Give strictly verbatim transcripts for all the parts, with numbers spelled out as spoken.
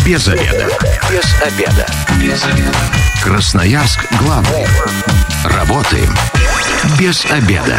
Без обеда. Без обеда. Без обеда. Красноярск главный. Работаем без обеда.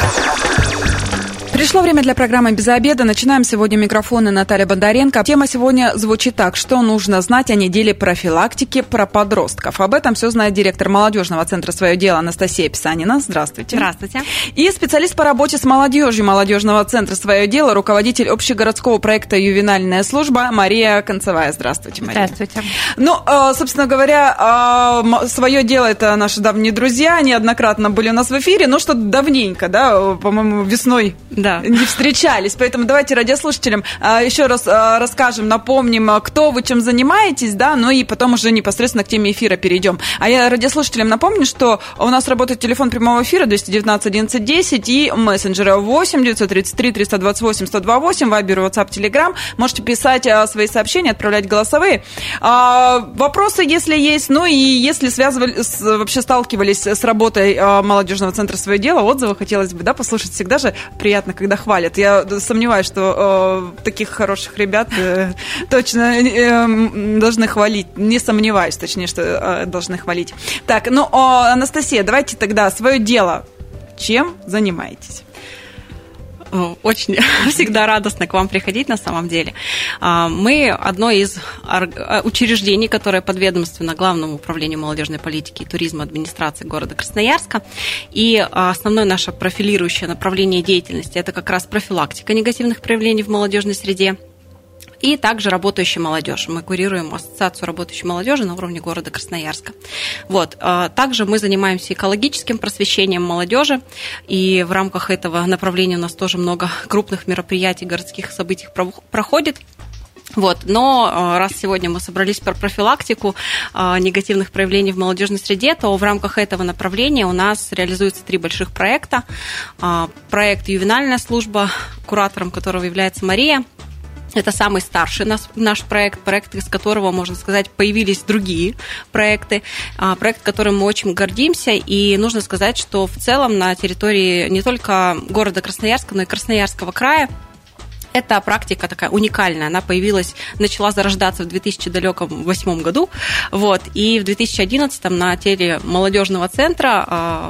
Пришло время для программы «Без обеда». Начинаем сегодня. Микрофоны Наталья Бондаренко. Тема сегодня звучит так. Что нужно знать о неделе профилактики про подростков? Об этом все знает директор молодежного центра «Свое дело» Анастасия Писанина. Здравствуйте. Здравствуйте. И специалист по работе с молодежью молодежного центра «Свое дело», руководитель общегородского проекта «Ювенальная служба» Мария Концевая. Здравствуйте, Мария. Здравствуйте. Ну, собственно говоря, «Свое дело» — это наши давние друзья. Неоднократно были у нас в эфире. Ну, что-то давненько, да, по-моему, весной. Да. Не встречались, поэтому давайте радиослушателям еще раз расскажем, напомним, кто вы чем занимаетесь, да, ну и потом уже непосредственно к теме эфира перейдем. А я радиослушателям напомню, что у нас работает телефон прямого эфира двести девятнадцать одиннадцать десять и мессенджеры восемь девятьсот тридцать три триста двадцать восемь сто двадцать восемь, Вайбер, WhatsApp, Telegram. Можете писать свои сообщения, отправлять голосовые. Вопросы, если есть, ну и если связывались, вообще сталкивались с работой молодежного центра «Свое дело», отзывы хотелось бы, да, послушать. Всегда же приятно, когда хвалят. Я сомневаюсь, что э, таких хороших ребят э, точно э, должны хвалить. Не сомневаюсь, точнее, что э, должны хвалить. Так, ну, э, Анастасия, давайте тогда «Свое дело». Чем занимаетесь? Очень всегда радостно к вам приходить, на самом деле. Мы одно из учреждений, которое подведомственно Главному управлению молодежной политики и туризма администрации города Красноярска. И основное наше профилирующее направление деятельности – это как раз профилактика негативных проявлений в молодежной среде. И также работающая молодежь. Мы курируем ассоциацию работающей молодежи на уровне города Красноярска. Вот. Также мы занимаемся экологическим просвещением молодежи. И в рамках этого направления у нас тоже много крупных мероприятий, городских событий проходит. Вот. Но раз сегодня мы собрались про профилактику негативных проявлений в молодежной среде, то в рамках этого направления у нас реализуется три больших проекта. Проект «Ювенальная служба», куратором которого является Мария. Это самый старший наш, наш проект, проект, из которого, можно сказать, появились другие проекты, проект, которым мы очень гордимся, и нужно сказать, что в целом на территории не только города Красноярска, но и Красноярского края эта практика такая уникальная, она появилась, начала зарождаться в две тысячи восьмом году, вот, и в две тысячи одиннадцатом на теле молодежного центра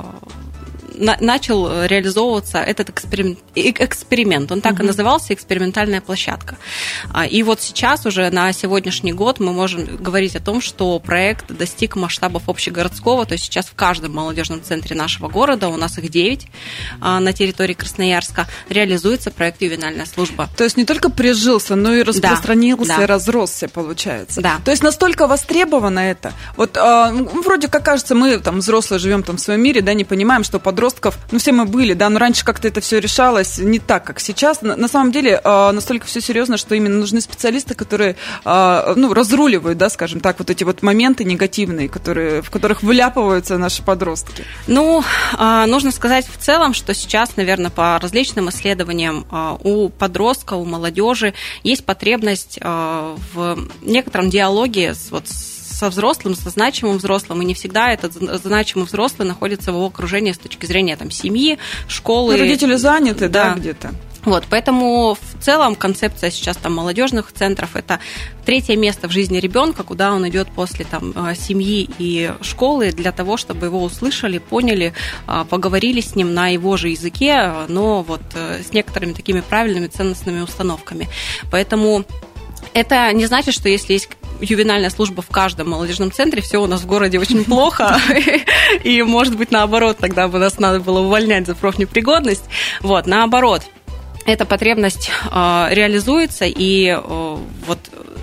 начал реализовываться этот эксперимент. эксперимент. Он так угу. и назывался, экспериментальная площадка. И вот сейчас уже на сегодняшний год мы можем говорить о том, что проект достиг масштабов общегородского, то есть сейчас в каждом молодежном центре нашего города, у нас их девять на территории Красноярска, реализуется проект «Ювенальная служба». То есть не только прижился, но и распространился, да, и да. разросся, получается. Да. То есть настолько востребовано это. Вот ну, вроде как кажется, мы там взрослые живем там в своем мире, да, не понимаем, что подростки ну, все мы были, да, но раньше как-то это все решалось не так, как сейчас. На, на самом деле настолько все серьезно, что именно нужны специалисты, которые, ну, разруливают, да, скажем так, вот эти вот моменты негативные, которые, в которых вляпываются наши подростки. Ну, нужно сказать в целом, что сейчас, наверное, по различным исследованиям у подростка, у молодежи есть потребность в некотором диалоге с, вот, с со взрослым, со значимым взрослым, и не всегда этот значимый взрослый находится в его окружении с точки зрения там, семьи, школы. Ну, родители заняты, да, да где-то. Вот, поэтому в целом концепция сейчас там молодежных центров – это третье место в жизни ребенка, куда он идет после там, семьи и школы для того, чтобы его услышали, поняли, поговорили с ним на его же языке, но вот с некоторыми такими правильными ценностными установками. Поэтому это не значит, что если есть ювенальная служба в каждом молодежном центре, все у нас в городе очень плохо, и, может быть, наоборот, тогда бы нас надо было увольнять за профнепригодность. Вот, наоборот, эта потребность реализуется, и вот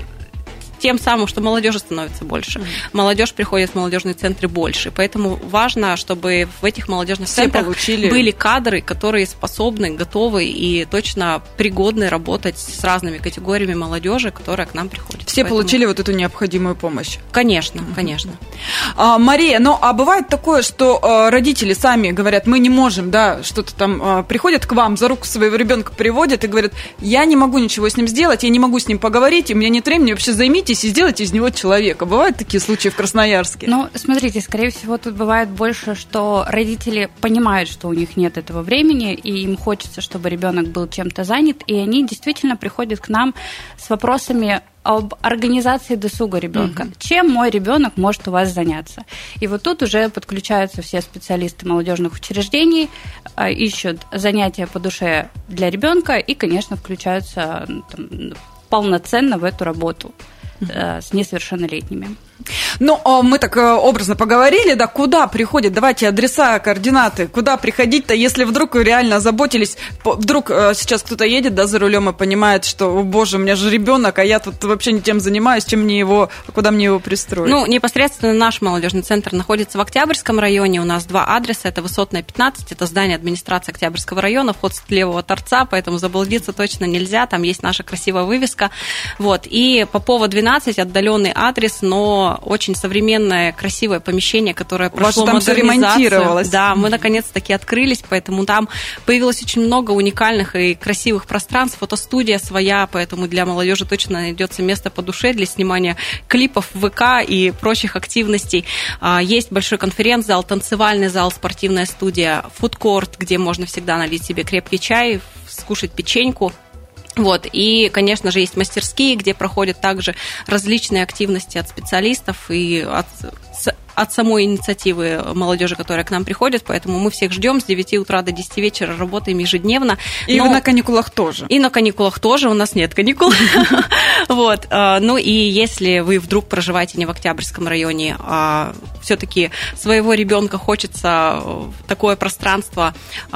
тем самым, что молодежи становится больше. Mm-hmm. Молодежь приходит в молодежные центры больше. Поэтому важно, чтобы в этих молодежных Все центрах получили... были кадры, которые способны, готовы и точно пригодны работать с разными категориями молодежи, которая к нам приходит. Все Поэтому... получили вот эту необходимую помощь. Конечно, mm-hmm. конечно. А, Мария, ну а бывает такое, что а, родители сами говорят, мы не можем, да, что-то там а, приходят к вам, за руку своего ребенка приводят и говорят, я не могу ничего с ним сделать, я не могу с ним поговорить, у меня нет времени, вообще займитесь согласитесь, и сделайте из него человека. Бывают такие случаи в Красноярске? Ну, смотрите, скорее всего, тут бывает больше, что родители понимают, что у них нет этого времени, и им хочется, чтобы ребенок был чем-то занят, и они действительно приходят к нам с вопросами об организации досуга ребенка. Uh-huh. Чем мой ребенок может у вас заняться? И вот тут уже подключаются все специалисты молодежных учреждений, ищут занятия по душе для ребенка и, конечно, включаются там, полноценно в эту работу uh-huh. с несовершеннолетними. Ну, мы так образно поговорили, да, куда приходят, давайте адреса, координаты, куда приходить-то, если вдруг вы реально озаботились, вдруг сейчас кто-то едет, да, за рулем и понимает, что, о боже, у меня же ребенок, а я тут вообще не тем занимаюсь, чем мне его, куда мне его пристроить? Ну, непосредственно наш молодежный центр находится в Октябрьском районе, у нас два адреса, это Высотная, пятнадцать, это здание администрации Октябрьского района, вход с левого торца, поэтому заблудиться точно нельзя, там есть наша красивая вывеска, вот, и Попова, двенадцать, отдаленный адрес, но очень современное, красивое помещение, которое прошло модернизацию. Да, мы наконец-таки открылись, поэтому там появилось очень много уникальных и красивых пространств, фотостудия своя, поэтому для молодежи точно найдется место по душе для снимания клипов в ВК и прочих активностей. Есть большой конференц-зал, танцевальный зал, спортивная студия, фудкорт, где можно всегда налить себе крепкий чай, скушать печеньку. Вот, и, конечно же, есть мастерские, где проходят также различные активности от специалистов и от, от самой инициативы молодежи, которая к нам приходит, поэтому мы всех ждем с девяти утра до десяти вечера, работаем ежедневно. И Но... на каникулах тоже. И на каникулах тоже, у нас нет каникул. Вот, ну и если вы вдруг проживаете не в Октябрьском районе, а все-таки своего ребенка хочется такое пространство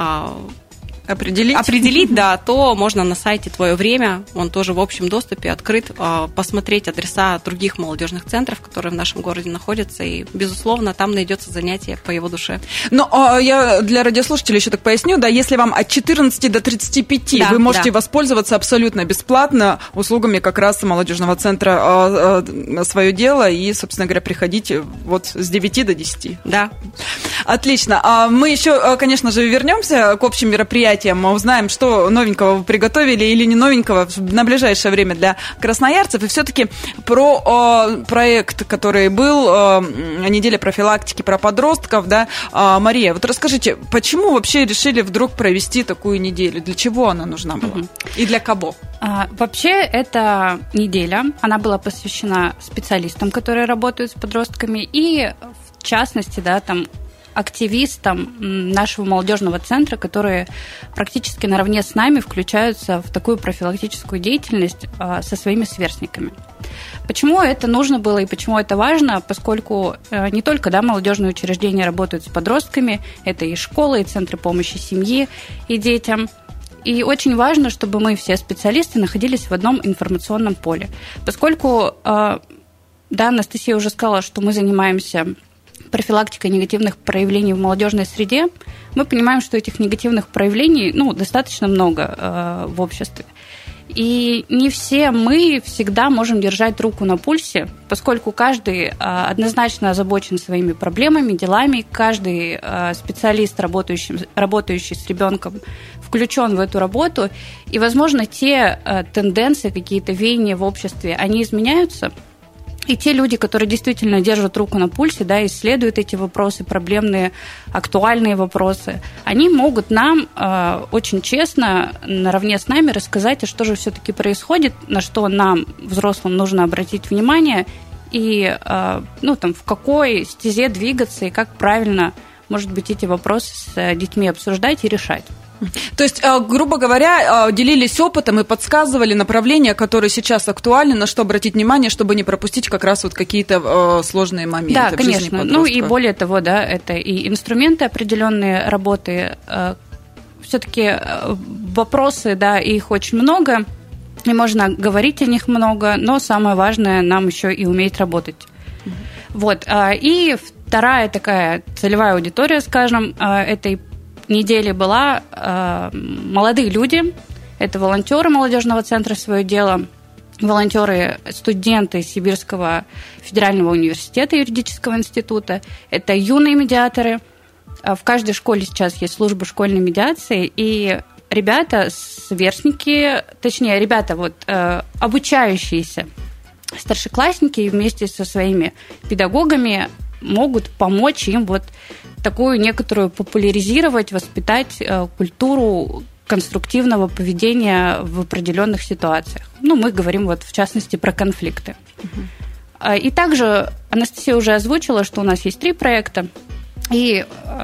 Определить? Определить, да, то можно на сайте «Твое время», он тоже в общем доступе, открыт, посмотреть адреса других молодежных центров, которые в нашем городе находятся, и, безусловно, там найдется занятие по его душе. Но я для радиослушателей еще так поясню, да, если вам от четырнадцати до тридцати пяти, да, вы можете да. воспользоваться абсолютно бесплатно услугами как раз молодежного центра «Свое дело» и, собственно говоря, приходите вот с девяти до десяти. Да. Отлично. Мы еще, конечно же, вернемся к общим мероприятиям. Мы узнаем, что новенького вы приготовили или не новенького на ближайшее время для красноярцев. И все-таки про о, проект, который был, о, неделя профилактики про подростков. Да? А, Мария, вот расскажите, почему вообще решили вдруг провести такую неделю? Для чего она нужна была? Угу. И для кого? А, вообще, эта неделя, она была посвящена специалистам, которые работают с подростками, и в частности, да, там, активистам нашего молодежного центра, которые практически наравне с нами включаются в такую профилактическую деятельность со своими сверстниками. Почему это нужно было и почему это важно? Поскольку не только да, молодежные учреждения работают с подростками, это и школы, и центры помощи семье и детям. И очень важно, чтобы мы все специалисты находились в одном информационном поле. Поскольку, да, Анастасия уже сказала, что мы занимаемся профилактикой негативных проявлений в молодежной среде, мы понимаем, что этих негативных проявлений ну, достаточно много э, в обществе. И не все мы всегда можем держать руку на пульсе, поскольку каждый э, однозначно озабочен своими проблемами, делами, каждый э, специалист, работающий, работающий с ребенком, включен в эту работу, и, возможно, те э, тенденции, какие-то веяния в обществе, они изменяются. И те люди, которые действительно держат руку на пульсе, да, исследуют эти вопросы, проблемные, актуальные вопросы, они могут нам э, очень честно, наравне с нами, рассказать, а что же все-таки происходит, на что нам, взрослым, нужно обратить внимание, и э, ну, там, в какой стезе двигаться, и как правильно, может быть, эти вопросы с детьми обсуждать и решать. То есть, грубо говоря, делились опытом и подсказывали направления, которые сейчас актуальны, на что обратить внимание, чтобы не пропустить как раз вот какие-то сложные моменты. Да, конечно. Ну и более того, да, это и инструменты определенные работы. Все-таки вопросы, да, их очень много, и можно говорить о них много, но самое важное нам еще и уметь работать. Mm-hmm. Вот. И вторая такая целевая аудитория, скажем, этой недели была э, молодые люди, это волонтеры молодежного центра «Свое дело», волонтеры, студенты Сибирского федерального университета юридического института, это юные медиаторы. В каждой школе сейчас есть служба школьной медиации, и ребята, сверстники, точнее, ребята, вот, э, обучающиеся старшеклассники вместе со своими педагогами могут помочь им вот такую некоторую популяризировать, воспитать культуру конструктивного поведения в определенных ситуациях. Ну, мы говорим вот в частности про конфликты. Uh-huh. И также Анастасия уже озвучила, что у нас есть три проекта. И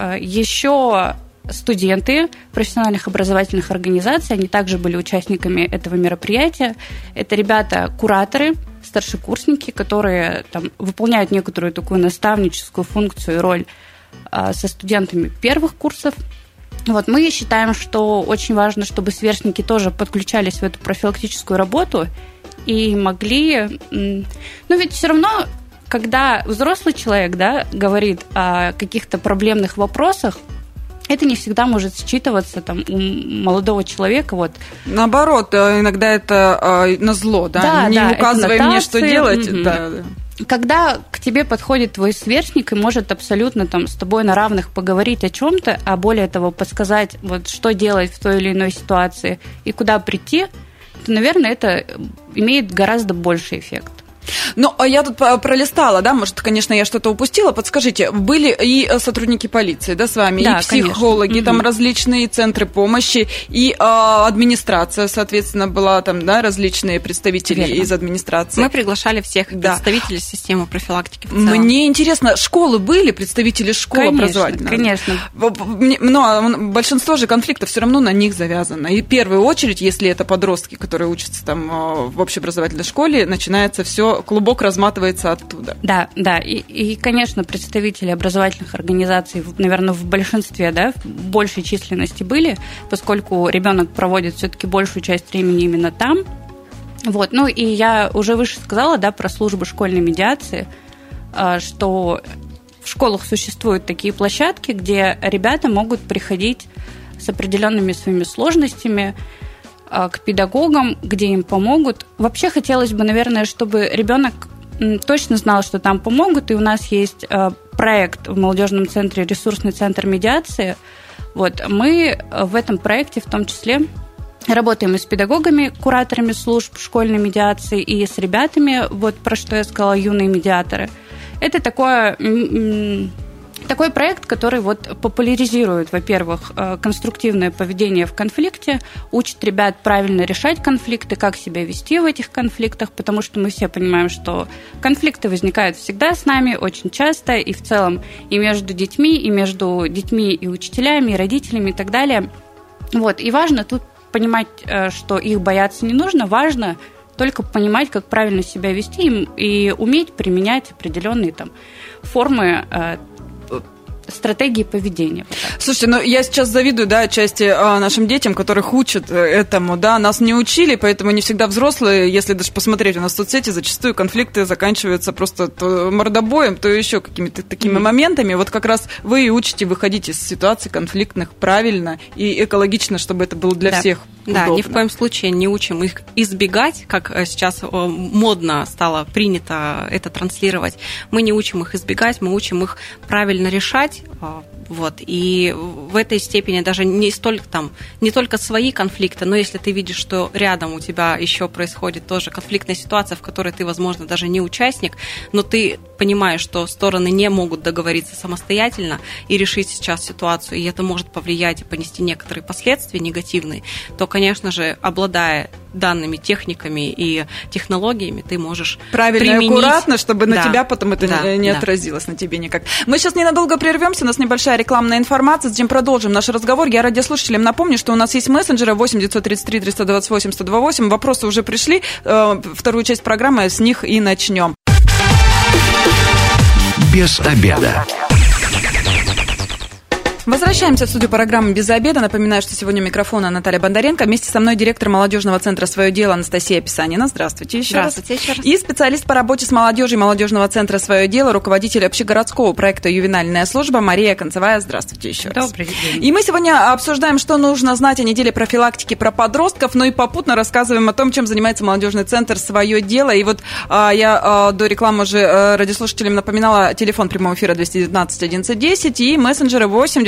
еще студенты профессиональных образовательных организаций, они также были участниками этого мероприятия. Это ребята-кураторы, старшекурсники, которые там выполняют некоторую такую наставническую функцию и роль со студентами первых курсов. Вот, мы считаем, что очень важно, чтобы сверстники тоже подключались в эту профилактическую работу и могли... Ну, ведь все равно, когда взрослый человек, да, говорит о каких-то проблемных вопросах, это не всегда может считываться там, у молодого человека. Вот. Наоборот, иногда это э, назло, да? Да, не да, указывай мне, что делать. Mm-hmm. Да, да. Когда к тебе подходит твой сверстник и может абсолютно там, с тобой на равных поговорить о чем-то, а более того подсказать, вот, что делать в той или иной ситуации и куда прийти, то, наверное, это имеет гораздо больший эффект. Ну, а я тут пролистала, да, может, конечно, я что-то упустила. Подскажите, были и сотрудники полиции, да, с вами, да, и психологи, конечно. Там угу. различные центры помощи, и э, администрация, соответственно, была там, да, различные представители Верно. Из администрации. Мы приглашали всех да. представителей системы профилактики в целом. Мне интересно, школы были, представители школ образовательных? Конечно, Но большинство же конфликтов все равно на них завязано. И в первую очередь, если это подростки, которые учатся там в общеобразовательной школе, начинается все клубок разматывается оттуда. Да, да. И, и, конечно, представители образовательных организаций, наверное, в большинстве, да, в большей численности были, поскольку ребенок проводит все-таки большую часть времени именно там. Вот. Ну, и я уже выше сказала, да, про службы школьной медиации, что в школах существуют такие площадки, где ребята могут приходить с определенными своими сложностями к педагогам, где им помогут. Вообще хотелось бы, наверное, чтобы ребенок точно знал, что там помогут. И у нас есть проект в молодежном центре «Ресурсный центр медиации». Вот, мы в этом проекте в том числе работаем и с педагогами, кураторами служб школьной медиации, и с ребятами, вот про что я сказала, юные медиаторы. Это такое... Такой проект, который вот популяризирует, во-первых, конструктивное поведение в конфликте, учит ребят правильно решать конфликты, как себя вести в этих конфликтах, потому что мы все понимаем, что конфликты возникают всегда с нами, очень часто, и в целом и между детьми, и между детьми и учителями, и родителями, и так далее. Вот. И важно тут понимать, что их бояться не нужно, важно только понимать, как правильно себя вести и уметь применять определенные там формы стратегии поведения. Слушайте, ну я сейчас завидую, да, отчасти нашим детям, которых учат этому, да, нас не учили, поэтому не всегда взрослые, если даже посмотреть у нас в соцсети, зачастую конфликты заканчиваются просто то мордобоем, то еще какими-то такими mm-hmm. моментами. Вот как раз вы и учите выходить из ситуаций конфликтных правильно и экологично, чтобы это было для да. всех Да, удобно. Ни в коем случае не учим их избегать, как сейчас модно стало принято это транслировать. Мы не учим их избегать, мы учим их правильно решать. Вот. И в этой степени даже не столько там, не только свои конфликты, но если ты видишь, что рядом у тебя еще происходит тоже конфликтная ситуация, в которой ты, возможно, даже не участник, но ты понимаешь, что стороны не могут договориться самостоятельно и решить сейчас ситуацию, и это может повлиять и понести некоторые последствия негативные, то, конечно же, обладая данными техниками и технологиями, ты можешь правильно применить... и аккуратно, чтобы да, на тебя потом это да, не да. отразилось, на тебе никак. Мы сейчас ненадолго прервемся, у нас небольшая рекламная информация, затем продолжим наш разговор. Я радиослушателям напомню, что у нас есть мессенджеры восемь девятьсот тридцать три триста двадцать восемь сто двадцать восемь. Вопросы уже пришли, вторую часть программы с них и начнем. Без обеда. Возвращаемся в студию программы «Без обеда». Напоминаю, что сегодня у микрофона Наталья Бондаренко. Вместе со мной директор молодежного центра «Свое дело» Анастасия Писанина. Здравствуйте еще Здравствуйте раз. еще раз. И специалист по работе с молодежью молодежного центра «Свое дело», руководитель общегородского проекта «Ювенальная служба» Мария Концевая. Здравствуйте еще раз. Добрый день. И мы сегодня обсуждаем, что нужно знать о неделе профилактики про подростков, но и попутно рассказываем о том, чем занимается молодежный центр «Свое дело». И вот а, я а, до рекламы уже а, радиослушателям напоминала телефон прямого эфира двести девятнадцать одиннадцать десять и мессенджеры восемь девятьсот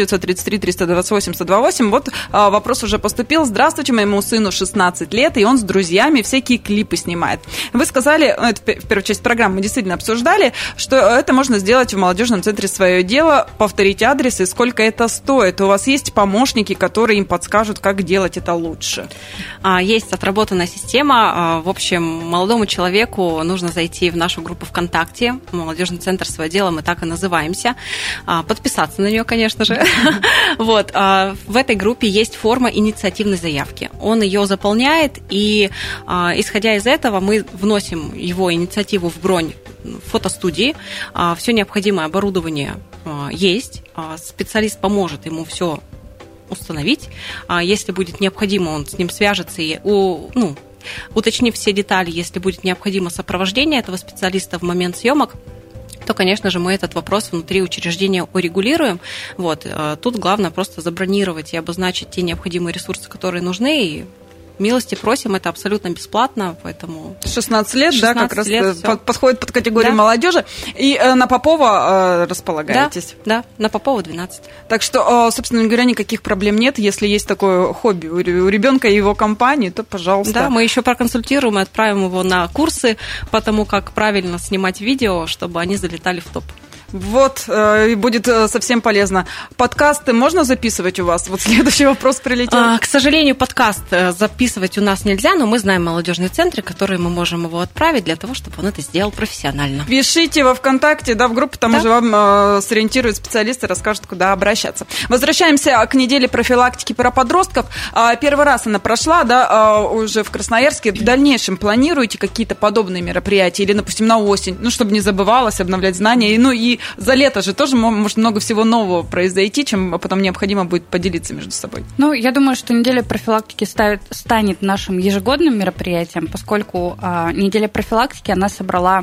девятьсот тридцать три триста двадцать восемь сто двадцать восемь. Вот а, вопрос уже поступил. Здравствуйте, моему сыну шестнадцать лет, и он с друзьями всякие клипы снимает. Вы сказали, это в первой части программы мы действительно обсуждали, что это можно сделать в молодежном центре «Свое дело». Повторите адрес и сколько это стоит. У вас есть помощники, которые им подскажут, как делать это лучше? Есть отработанная система. В общем, молодому человеку нужно зайти в нашу группу ВКонтакте, молодежный центр «Свое дело», мы так и называемся, подписаться на нее, конечно же. Вот. В этой группе есть форма инициативной заявки. Он ее заполняет, и исходя из этого мы вносим его инициативу в бронь фотостудии. Все необходимое оборудование есть. Специалист поможет ему все установить. Если будет необходимо, он с ним свяжется и у, ну, уточнив все детали, если будет необходимо сопровождение этого специалиста в момент съемок, то, конечно же, мы этот вопрос внутри учреждения урегулируем. Вот. Тут главное просто забронировать и обозначить те необходимые ресурсы, которые нужны, и милости просим, это абсолютно бесплатно, поэтому... шестнадцать лет, шестнадцать да, как раз лет, подходит под категорию, да, молодежи. И э, на Попова э, располагаетесь? Да, да, на Попова двенадцать. Так что, э, собственно говоря, никаких проблем нет. Если есть такое хобби у ребенка и его компании, то, пожалуйста. Да, мы еще проконсультируем и отправим его на курсы по тому, как правильно снимать видео, чтобы они залетали в топ. Вот, э, будет э, совсем полезно. Подкасты можно записывать у вас? Вот следующий вопрос прилетел. А, к сожалению, подкаст записывать у нас нельзя, но мы знаем молодежные центры, которые мы можем его отправить для того, чтобы он это сделал профессионально. Пишите во ВКонтакте, да, в группу, там да. уже вам э, сориентируют специалисты, расскажут, куда обращаться. Возвращаемся к неделе профилактики про подростков. Э, первый раз она прошла, да, э, уже в Красноярске. В дальнейшем планируете какие-то подобные мероприятия? Или, допустим, на осень, ну, чтобы не забывалось, обновлять знания, и, ну, и за лето же тоже может много всего нового произойти, чем потом необходимо будет поделиться между собой. Ну, я думаю, что неделя профилактики ставит, станет нашим ежегодным мероприятием, поскольку а, неделя профилактики, она собрала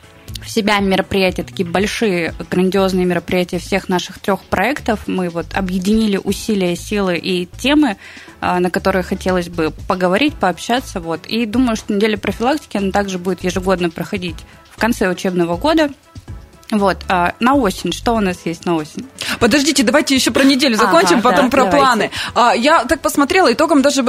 в себя мероприятия, такие большие, грандиозные мероприятия всех наших трех проектов. Мы вот объединили усилия, силы и темы, а, на которые хотелось бы поговорить, пообщаться. Вот. И думаю, что неделя профилактики, она также будет ежегодно проходить в конце учебного года. Вот, а на осень, что у нас есть на осень? Подождите, давайте еще про неделю закончим, ага, потом да, про давайте. планы. А, я так посмотрела, итогом даже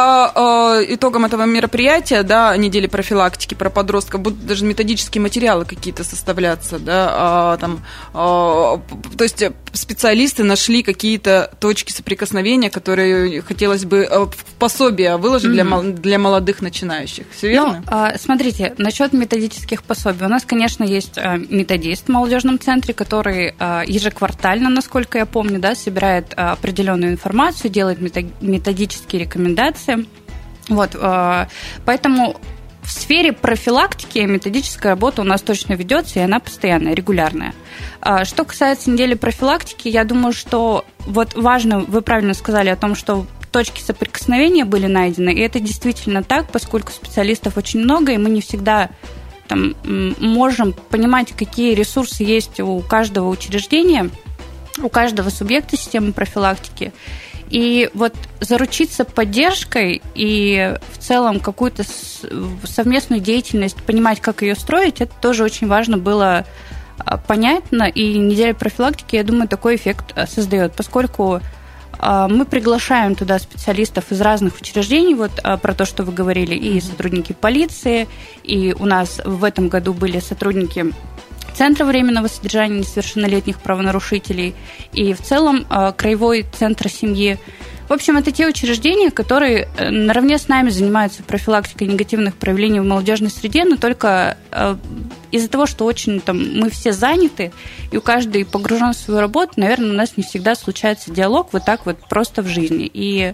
по итогам этого мероприятия, да, недели профилактики про подростков, будут даже методические материалы какие-то составляться, да, а, там, а, то есть специалисты нашли какие-то точки соприкосновения, которые хотелось бы в пособие выложить mm-hmm. для, для молодых начинающих. Все верно? Ну, смотрите, насчет методических пособий. У нас, конечно, есть методист в молодежном центре, который ежеквартально, насколько я помню, да, собирает определенную информацию, делает методические рекомендации. Вот, поэтому в сфере профилактики методическая работа у нас точно ведется, и она постоянная, регулярная. Что касается недели профилактики, я думаю, что вот важно, вы правильно сказали о том, что точки соприкосновения были найдены, и это действительно так, поскольку специалистов очень много, и мы не всегда там можем понимать, какие ресурсы есть у каждого учреждения, у каждого субъекта системы профилактики. И вот заручиться поддержкой и в целом какую-то совместную деятельность, понимать, как ее строить, это тоже очень важно было понятно. И неделя профилактики, я думаю, такой эффект создает, поскольку мы приглашаем туда специалистов из разных учреждений, вот про то, что вы говорили, и сотрудники полиции, и у нас в этом году были сотрудники Центра временного содержания несовершеннолетних правонарушителей и в целом Краевой центр семьи. В общем, это те учреждения, которые наравне с нами занимаются профилактикой негативных проявлений в молодежной среде, но только из-за того, что очень там, мы все заняты, и у каждого погружен в свою работу, наверное, у нас не всегда случается диалог вот так вот просто в жизни. И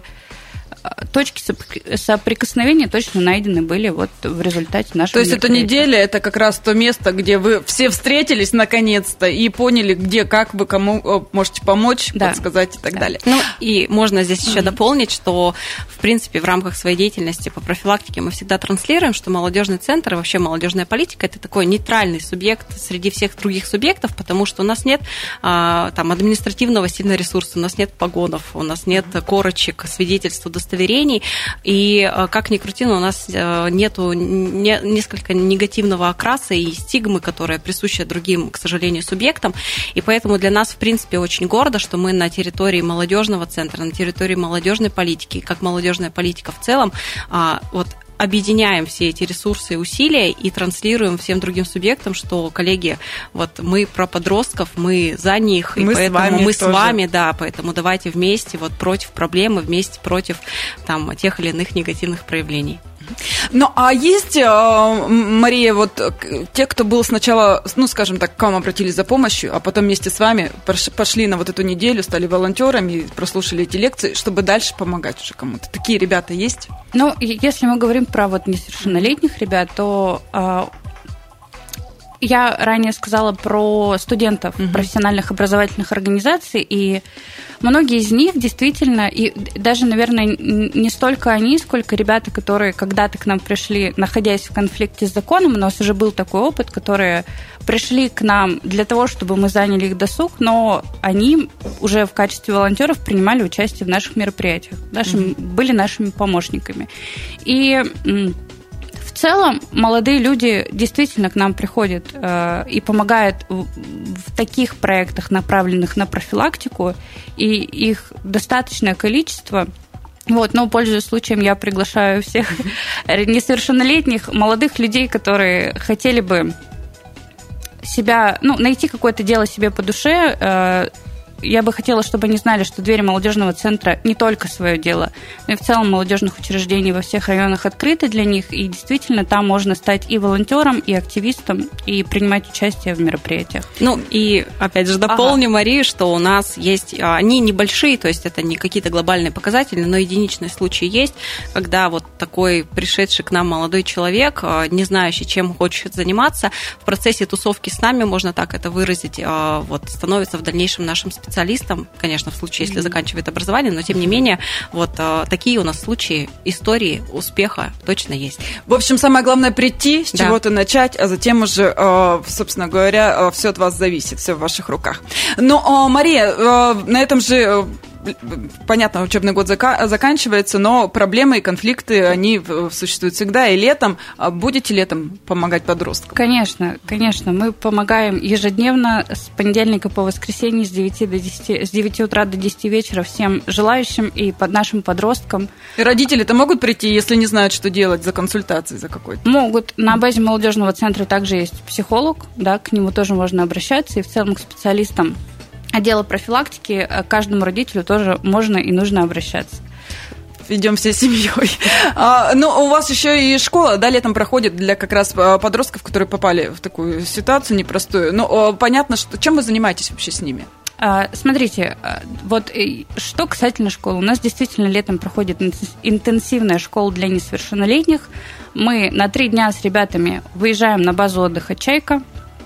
точки соприкосновения точно найдены были вот в результате нашего То есть эта неделя – это как раз то место, где вы все встретились наконец-то и поняли, где, как вы кому можете помочь, да. подсказать и так да. далее. Ну и можно здесь еще mm-hmm. дополнить, что в принципе в рамках своей деятельности по профилактике мы всегда транслируем, что молодежный центр и вообще молодежная политика – это такой нейтральный субъект среди всех других субъектов, потому что у нас нет а, там административного сильного ресурса, у нас нет погонов, у нас нет корочек, свидетельств, удостоверений, удостоверений. И как ни крути, но у нас нету не, несколько негативного окраса и стигмы, которая присуща другим, к сожалению, субъектам. И поэтому для нас, в принципе, очень гордо, что мы на территории молодежного центра, на территории молодежной политики, как молодежная политика в целом, вот объединяем все эти ресурсы и усилия и транслируем всем другим субъектам, что, коллеги, вот мы про подростков, мы за них, мы и поэтому с вами мы тоже. с вами, да, поэтому давайте вместе вот против проблемы, вместе против там тех или иных негативных проявлений. Ну, а есть, Мария, вот те, кто был сначала, ну, скажем так, к вам обратились за помощью, а потом вместе с вами пошли на вот эту неделю, стали волонтерами, прослушали эти лекции, чтобы дальше помогать уже кому-то. Такие ребята есть? Ну, если мы говорим про вот несовершеннолетних ребят, то я ранее сказала про студентов uh-huh. профессиональных образовательных организаций, и многие из них действительно, и даже, наверное, не столько они, сколько ребята, которые когда-то к нам пришли, находясь в конфликте с законом, у нас уже был такой опыт, которые пришли к нам для того, чтобы мы заняли их досуг, но они уже в качестве волонтеров принимали участие в наших мероприятиях, нашим, uh-huh. были нашими помощниками. И в целом молодые люди действительно к нам приходят э, и помогают в, в таких проектах, направленных на профилактику, и их достаточное количество. Вот, но, пользуясь случаем, я приглашаю всех несовершеннолетних молодых людей, которые хотели бы себя, ну, найти какое-то дело себе по душе. э, Я бы хотела, чтобы они знали, что двери молодежного центра не только свое дело, но и в целом молодежных учреждений во всех районах открыты для них, и действительно там можно стать и волонтером, и активистом, и принимать участие в мероприятиях. Ну, и опять же дополню, ага. Марию, что у нас есть, они небольшие, то есть это не какие-то глобальные показатели, но единичные случаи есть, когда вот такой пришедший к нам молодой человек, не знающий, чем хочет заниматься, в процессе тусовки с нами, можно так это выразить, вот, становится в дальнейшем нашим специалистом. специалистом, конечно, в случае, если заканчивает образование, но тем не менее, вот такие у нас случаи, истории успеха точно есть. В общем, самое главное прийти, с да. чего-то начать, а затем уже, собственно говоря, все от вас зависит, все в ваших руках. Но, Мария, на этом же... Понятно, учебный год зака- заканчивается, но проблемы и конфликты, они существуют всегда, и летом. Будете летом помогать подросткам? Конечно, конечно. Мы помогаем ежедневно с понедельника по воскресенье с девяти до десяти, с девяти утра до десяти вечера всем желающим и под нашим подросткам. И родители-то могут прийти, если не знают, что делать, за консультацией, за какой-то? Могут. На базе молодежного центра также есть психолог, да, к нему тоже можно обращаться, и в целом к специалистам отдела профилактики каждому родителю тоже можно и нужно обращаться. Идем всей семьей. А, ну, у вас еще и школа, да, летом проходит для как раз подростков, которые попали в такую ситуацию непростую. Ну, понятно, что чем вы занимаетесь вообще с ними? Смотрите, вот что касательно школы. У нас действительно летом проходит интенсивная школа для несовершеннолетних. Мы на три дня с ребятами выезжаем на базу отдыха «Чайка»,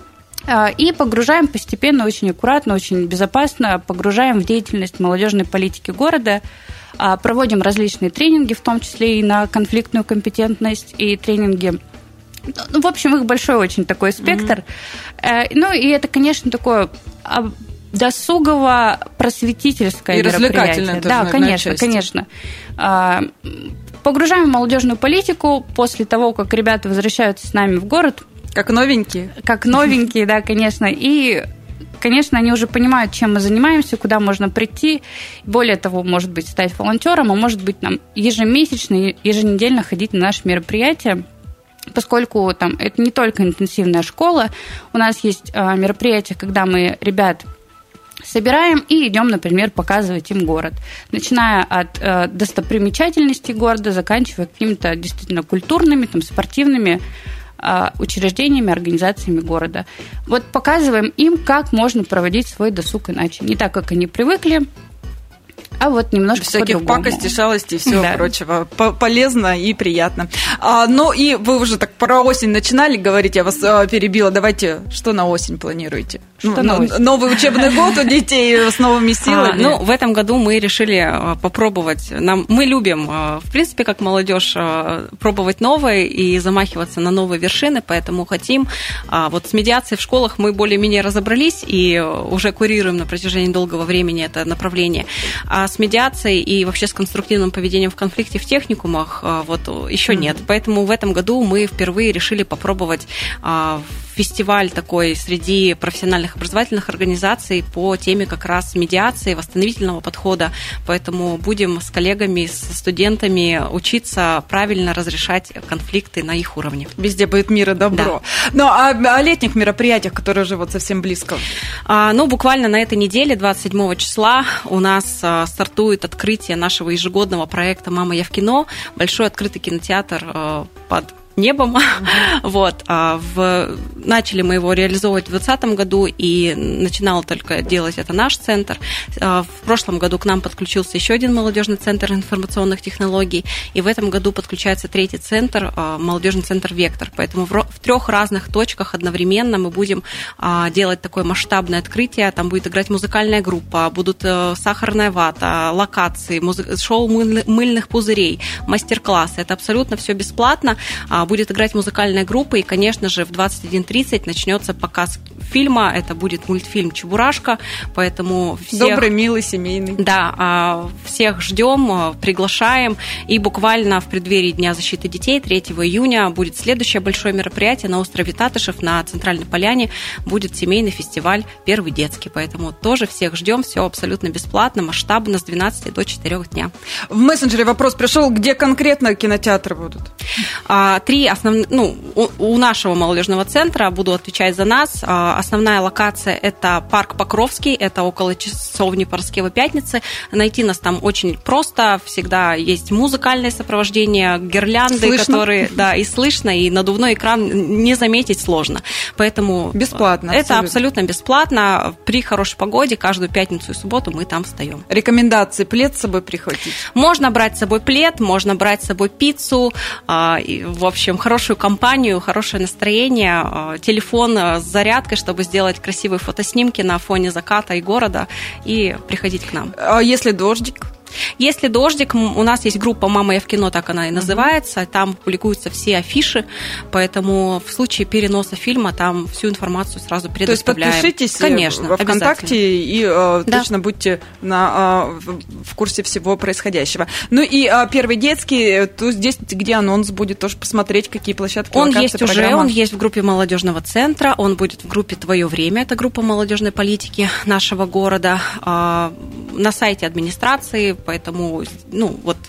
и погружаем постепенно, очень аккуратно, очень безопасно, погружаем в деятельность молодежной политики города, проводим различные тренинги, в том числе и на конфликтную компетентность, и тренинги. Ну, в общем, их большой очень такой спектр. Mm-hmm. Ну, и это, конечно, такое досугово-просветительское и мероприятие. Развлекательное тоже, да, наверное, конечно, отчасти. конечно. Погружаем в молодежную политику после того, как ребята возвращаются с нами в город. Как новенькие? Как новенькие, да, конечно. И, конечно, они уже понимают, чем мы занимаемся, куда можно прийти. Более того, может быть, стать волонтером, а может быть, нам ежемесячно, еженедельно ходить на наши мероприятия, поскольку там это не только интенсивная школа. У нас есть мероприятия, когда мы ребят собираем и идем, например, показывать им город. Начиная от э, достопримечательностей города, заканчивая какими-то действительно культурными, там, спортивными учреждениями, организациями города. Вот показываем им, как можно проводить свой досуг иначе. Не так, как они привыкли, а вот немножко всяких по-другому. пакостей, шалостей и всего да. прочего. Полезно и приятно. А, ну и вы уже так про осень начинали говорить, я вас а, перебила. Давайте, что на осень планируете? Что ну, на осень? Новый учебный год у детей с новыми силами. А, ну, в этом году мы решили попробовать. Нам, мы любим, в принципе, как молодежь, пробовать новое и замахиваться на новые вершины, поэтому хотим. Вот с медиацией в школах мы более-менее разобрались и уже курируем на протяжении долгого времени это направление. А с медиацией и вообще с конструктивным поведением в конфликте в техникумах вот еще нет. Поэтому в этом году мы впервые решили попробовать фестиваль такой среди профессиональных образовательных организаций по теме как раз медиации, восстановительного подхода. Поэтому будем с коллегами, с студентами учиться правильно разрешать конфликты на их уровне. Везде будет мир и добро. Да. Ну, а о летних мероприятиях, которые уже вот совсем близко? А, ну, буквально на этой неделе, двадцать седьмого числа, у нас а, стартует открытие нашего ежегодного проекта «Мама, я в кино». Большой открытый кинотеатр а, под небом. Mm-hmm. Вот. В... Начали мы его реализовывать в двадцатом году, и начинал только делать это наш центр. В прошлом году к нам подключился еще один молодежный центр информационных технологий, и в этом году подключается третий центр, молодежный центр «Вектор». Поэтому в трех разных точках одновременно мы будем делать такое масштабное открытие. Там будет играть музыкальная группа, будут сахарная вата, локации, шоу мыльных пузырей, мастер-классы. Это абсолютно все бесплатно. Будет играть музыкальная группа, и, конечно же, в двадцать один тридцать начнется показ фильма. Это будет мультфильм «Чебурашка», поэтому всех... Добрый, милый, семейный. Да, всех ждем, приглашаем. И буквально в преддверии Дня защиты детей, третьего июня, будет следующее большое мероприятие на острове Татышев, на Центральной Поляне. Будет семейный фестиваль «Первый детский». Поэтому тоже всех ждем, все абсолютно бесплатно, масштабно, с двенадцати до четырёх дня. В мессенджере вопрос пришел, где конкретно кинотеатры будут? Три основные, ну, у нашего молодежного центра, буду отвечать за нас, основная локация – это парк Покровский, это около часовни Параскевы Пятницы. Найти нас там очень просто, всегда есть музыкальное сопровождение, гирлянды, слышно. которые, да, и слышно, и надувной экран не заметить сложно. Поэтому бесплатно. Это абсолютно, абсолютно бесплатно. При хорошей погоде каждую пятницу и субботу мы там встаем. Рекомендации: плед с собой прихватить? Можно брать с собой плед, можно брать с собой пиццу, в общем, хорошую компанию, хорошее настроение, телефон с зарядкой, чтобы сделать красивые фотоснимки на фоне заката и города, и приходить к нам. А если дождик? Если дождик, у нас есть группа «Мама, я в кино», так она и называется, там публикуются все афиши, поэтому в случае переноса фильма там всю информацию сразу предоставляем. То есть подпишитесь, конечно, во ВКонтакте и э, да. точно будьте на, э, в курсе всего происходящего. Ну и э, первый детский, то здесь, где анонс будет, тоже посмотреть, какие площадки, он локации, есть программа. Уже, он есть в группе молодежного центра, он будет в группе «Твое время», это группа молодежной политики нашего города, э, на сайте администрации. Поэтому, ну, вот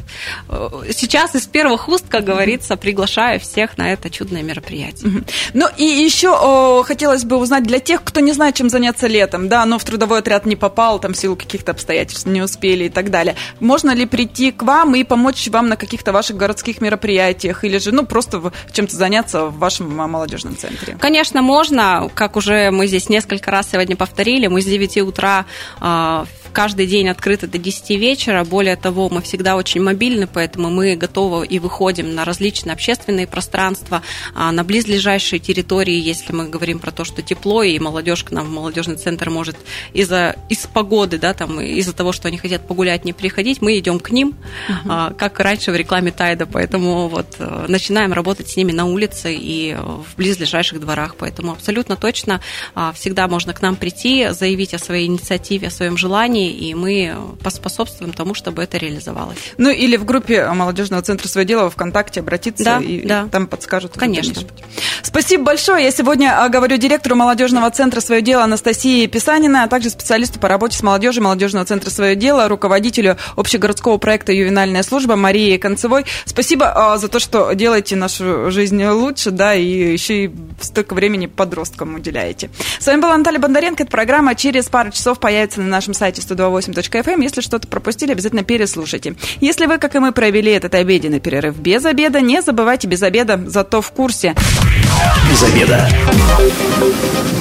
сейчас из первых уст, как говорится, приглашаю всех на это чудное мероприятие. Ну, и еще о, хотелось бы узнать для тех, кто не знает, чем заняться летом, да, но в трудовой отряд не попал, там, в силу каких-то обстоятельств не успели и так далее. Можно ли прийти к вам и помочь вам на каких-то ваших городских мероприятиях, или же, ну, просто чем-то заняться в вашем молодежном центре? Конечно, можно. Как уже мы здесь несколько раз сегодня повторили, мы с девяти утра э, каждый день открыты до десяти вечера. Более того, мы всегда очень мобильны, поэтому мы готовы и выходим на различные общественные пространства, на близлежащие территории, если мы говорим про то, что тепло, и молодежь к нам в молодежный центр может из-за из погоды, да, там, из-за того, что они хотят погулять, не приходить, мы идем к ним, uh-huh. как раньше в рекламе Тайда, поэтому вот начинаем работать с ними на улице и в близлежащих дворах, поэтому абсолютно точно всегда можно к нам прийти, заявить о своей инициативе, о своем желании, и мы поспособствуем тому, чтобы это реализовалось. Ну, или в группе молодежного центра «Свое дело» во ВКонтакте обратиться, да, и да. там подскажут. Конечно. Спасибо большое. Я сегодня говорю директору молодежного центра «Свое дело» Анастасии Писаниной, а также специалисту по работе с молодежью молодежного центра «Свое дело», руководителю общегородского проекта «Ювенальная служба» Марии Концевой. Спасибо за то, что делаете нашу жизнь лучше, да, и еще и столько времени подросткам уделяете. С вами была Наталья Бондаренко. Эта программа через пару часов появится на нашем сайте сто два восемь точка эф эм. Если что-то пропустили, обязательно переслушайте. Если вы, как и мы, провели этот обеденный перерыв без обеда, не забывайте без обеда, зато в курсе. Без обеда.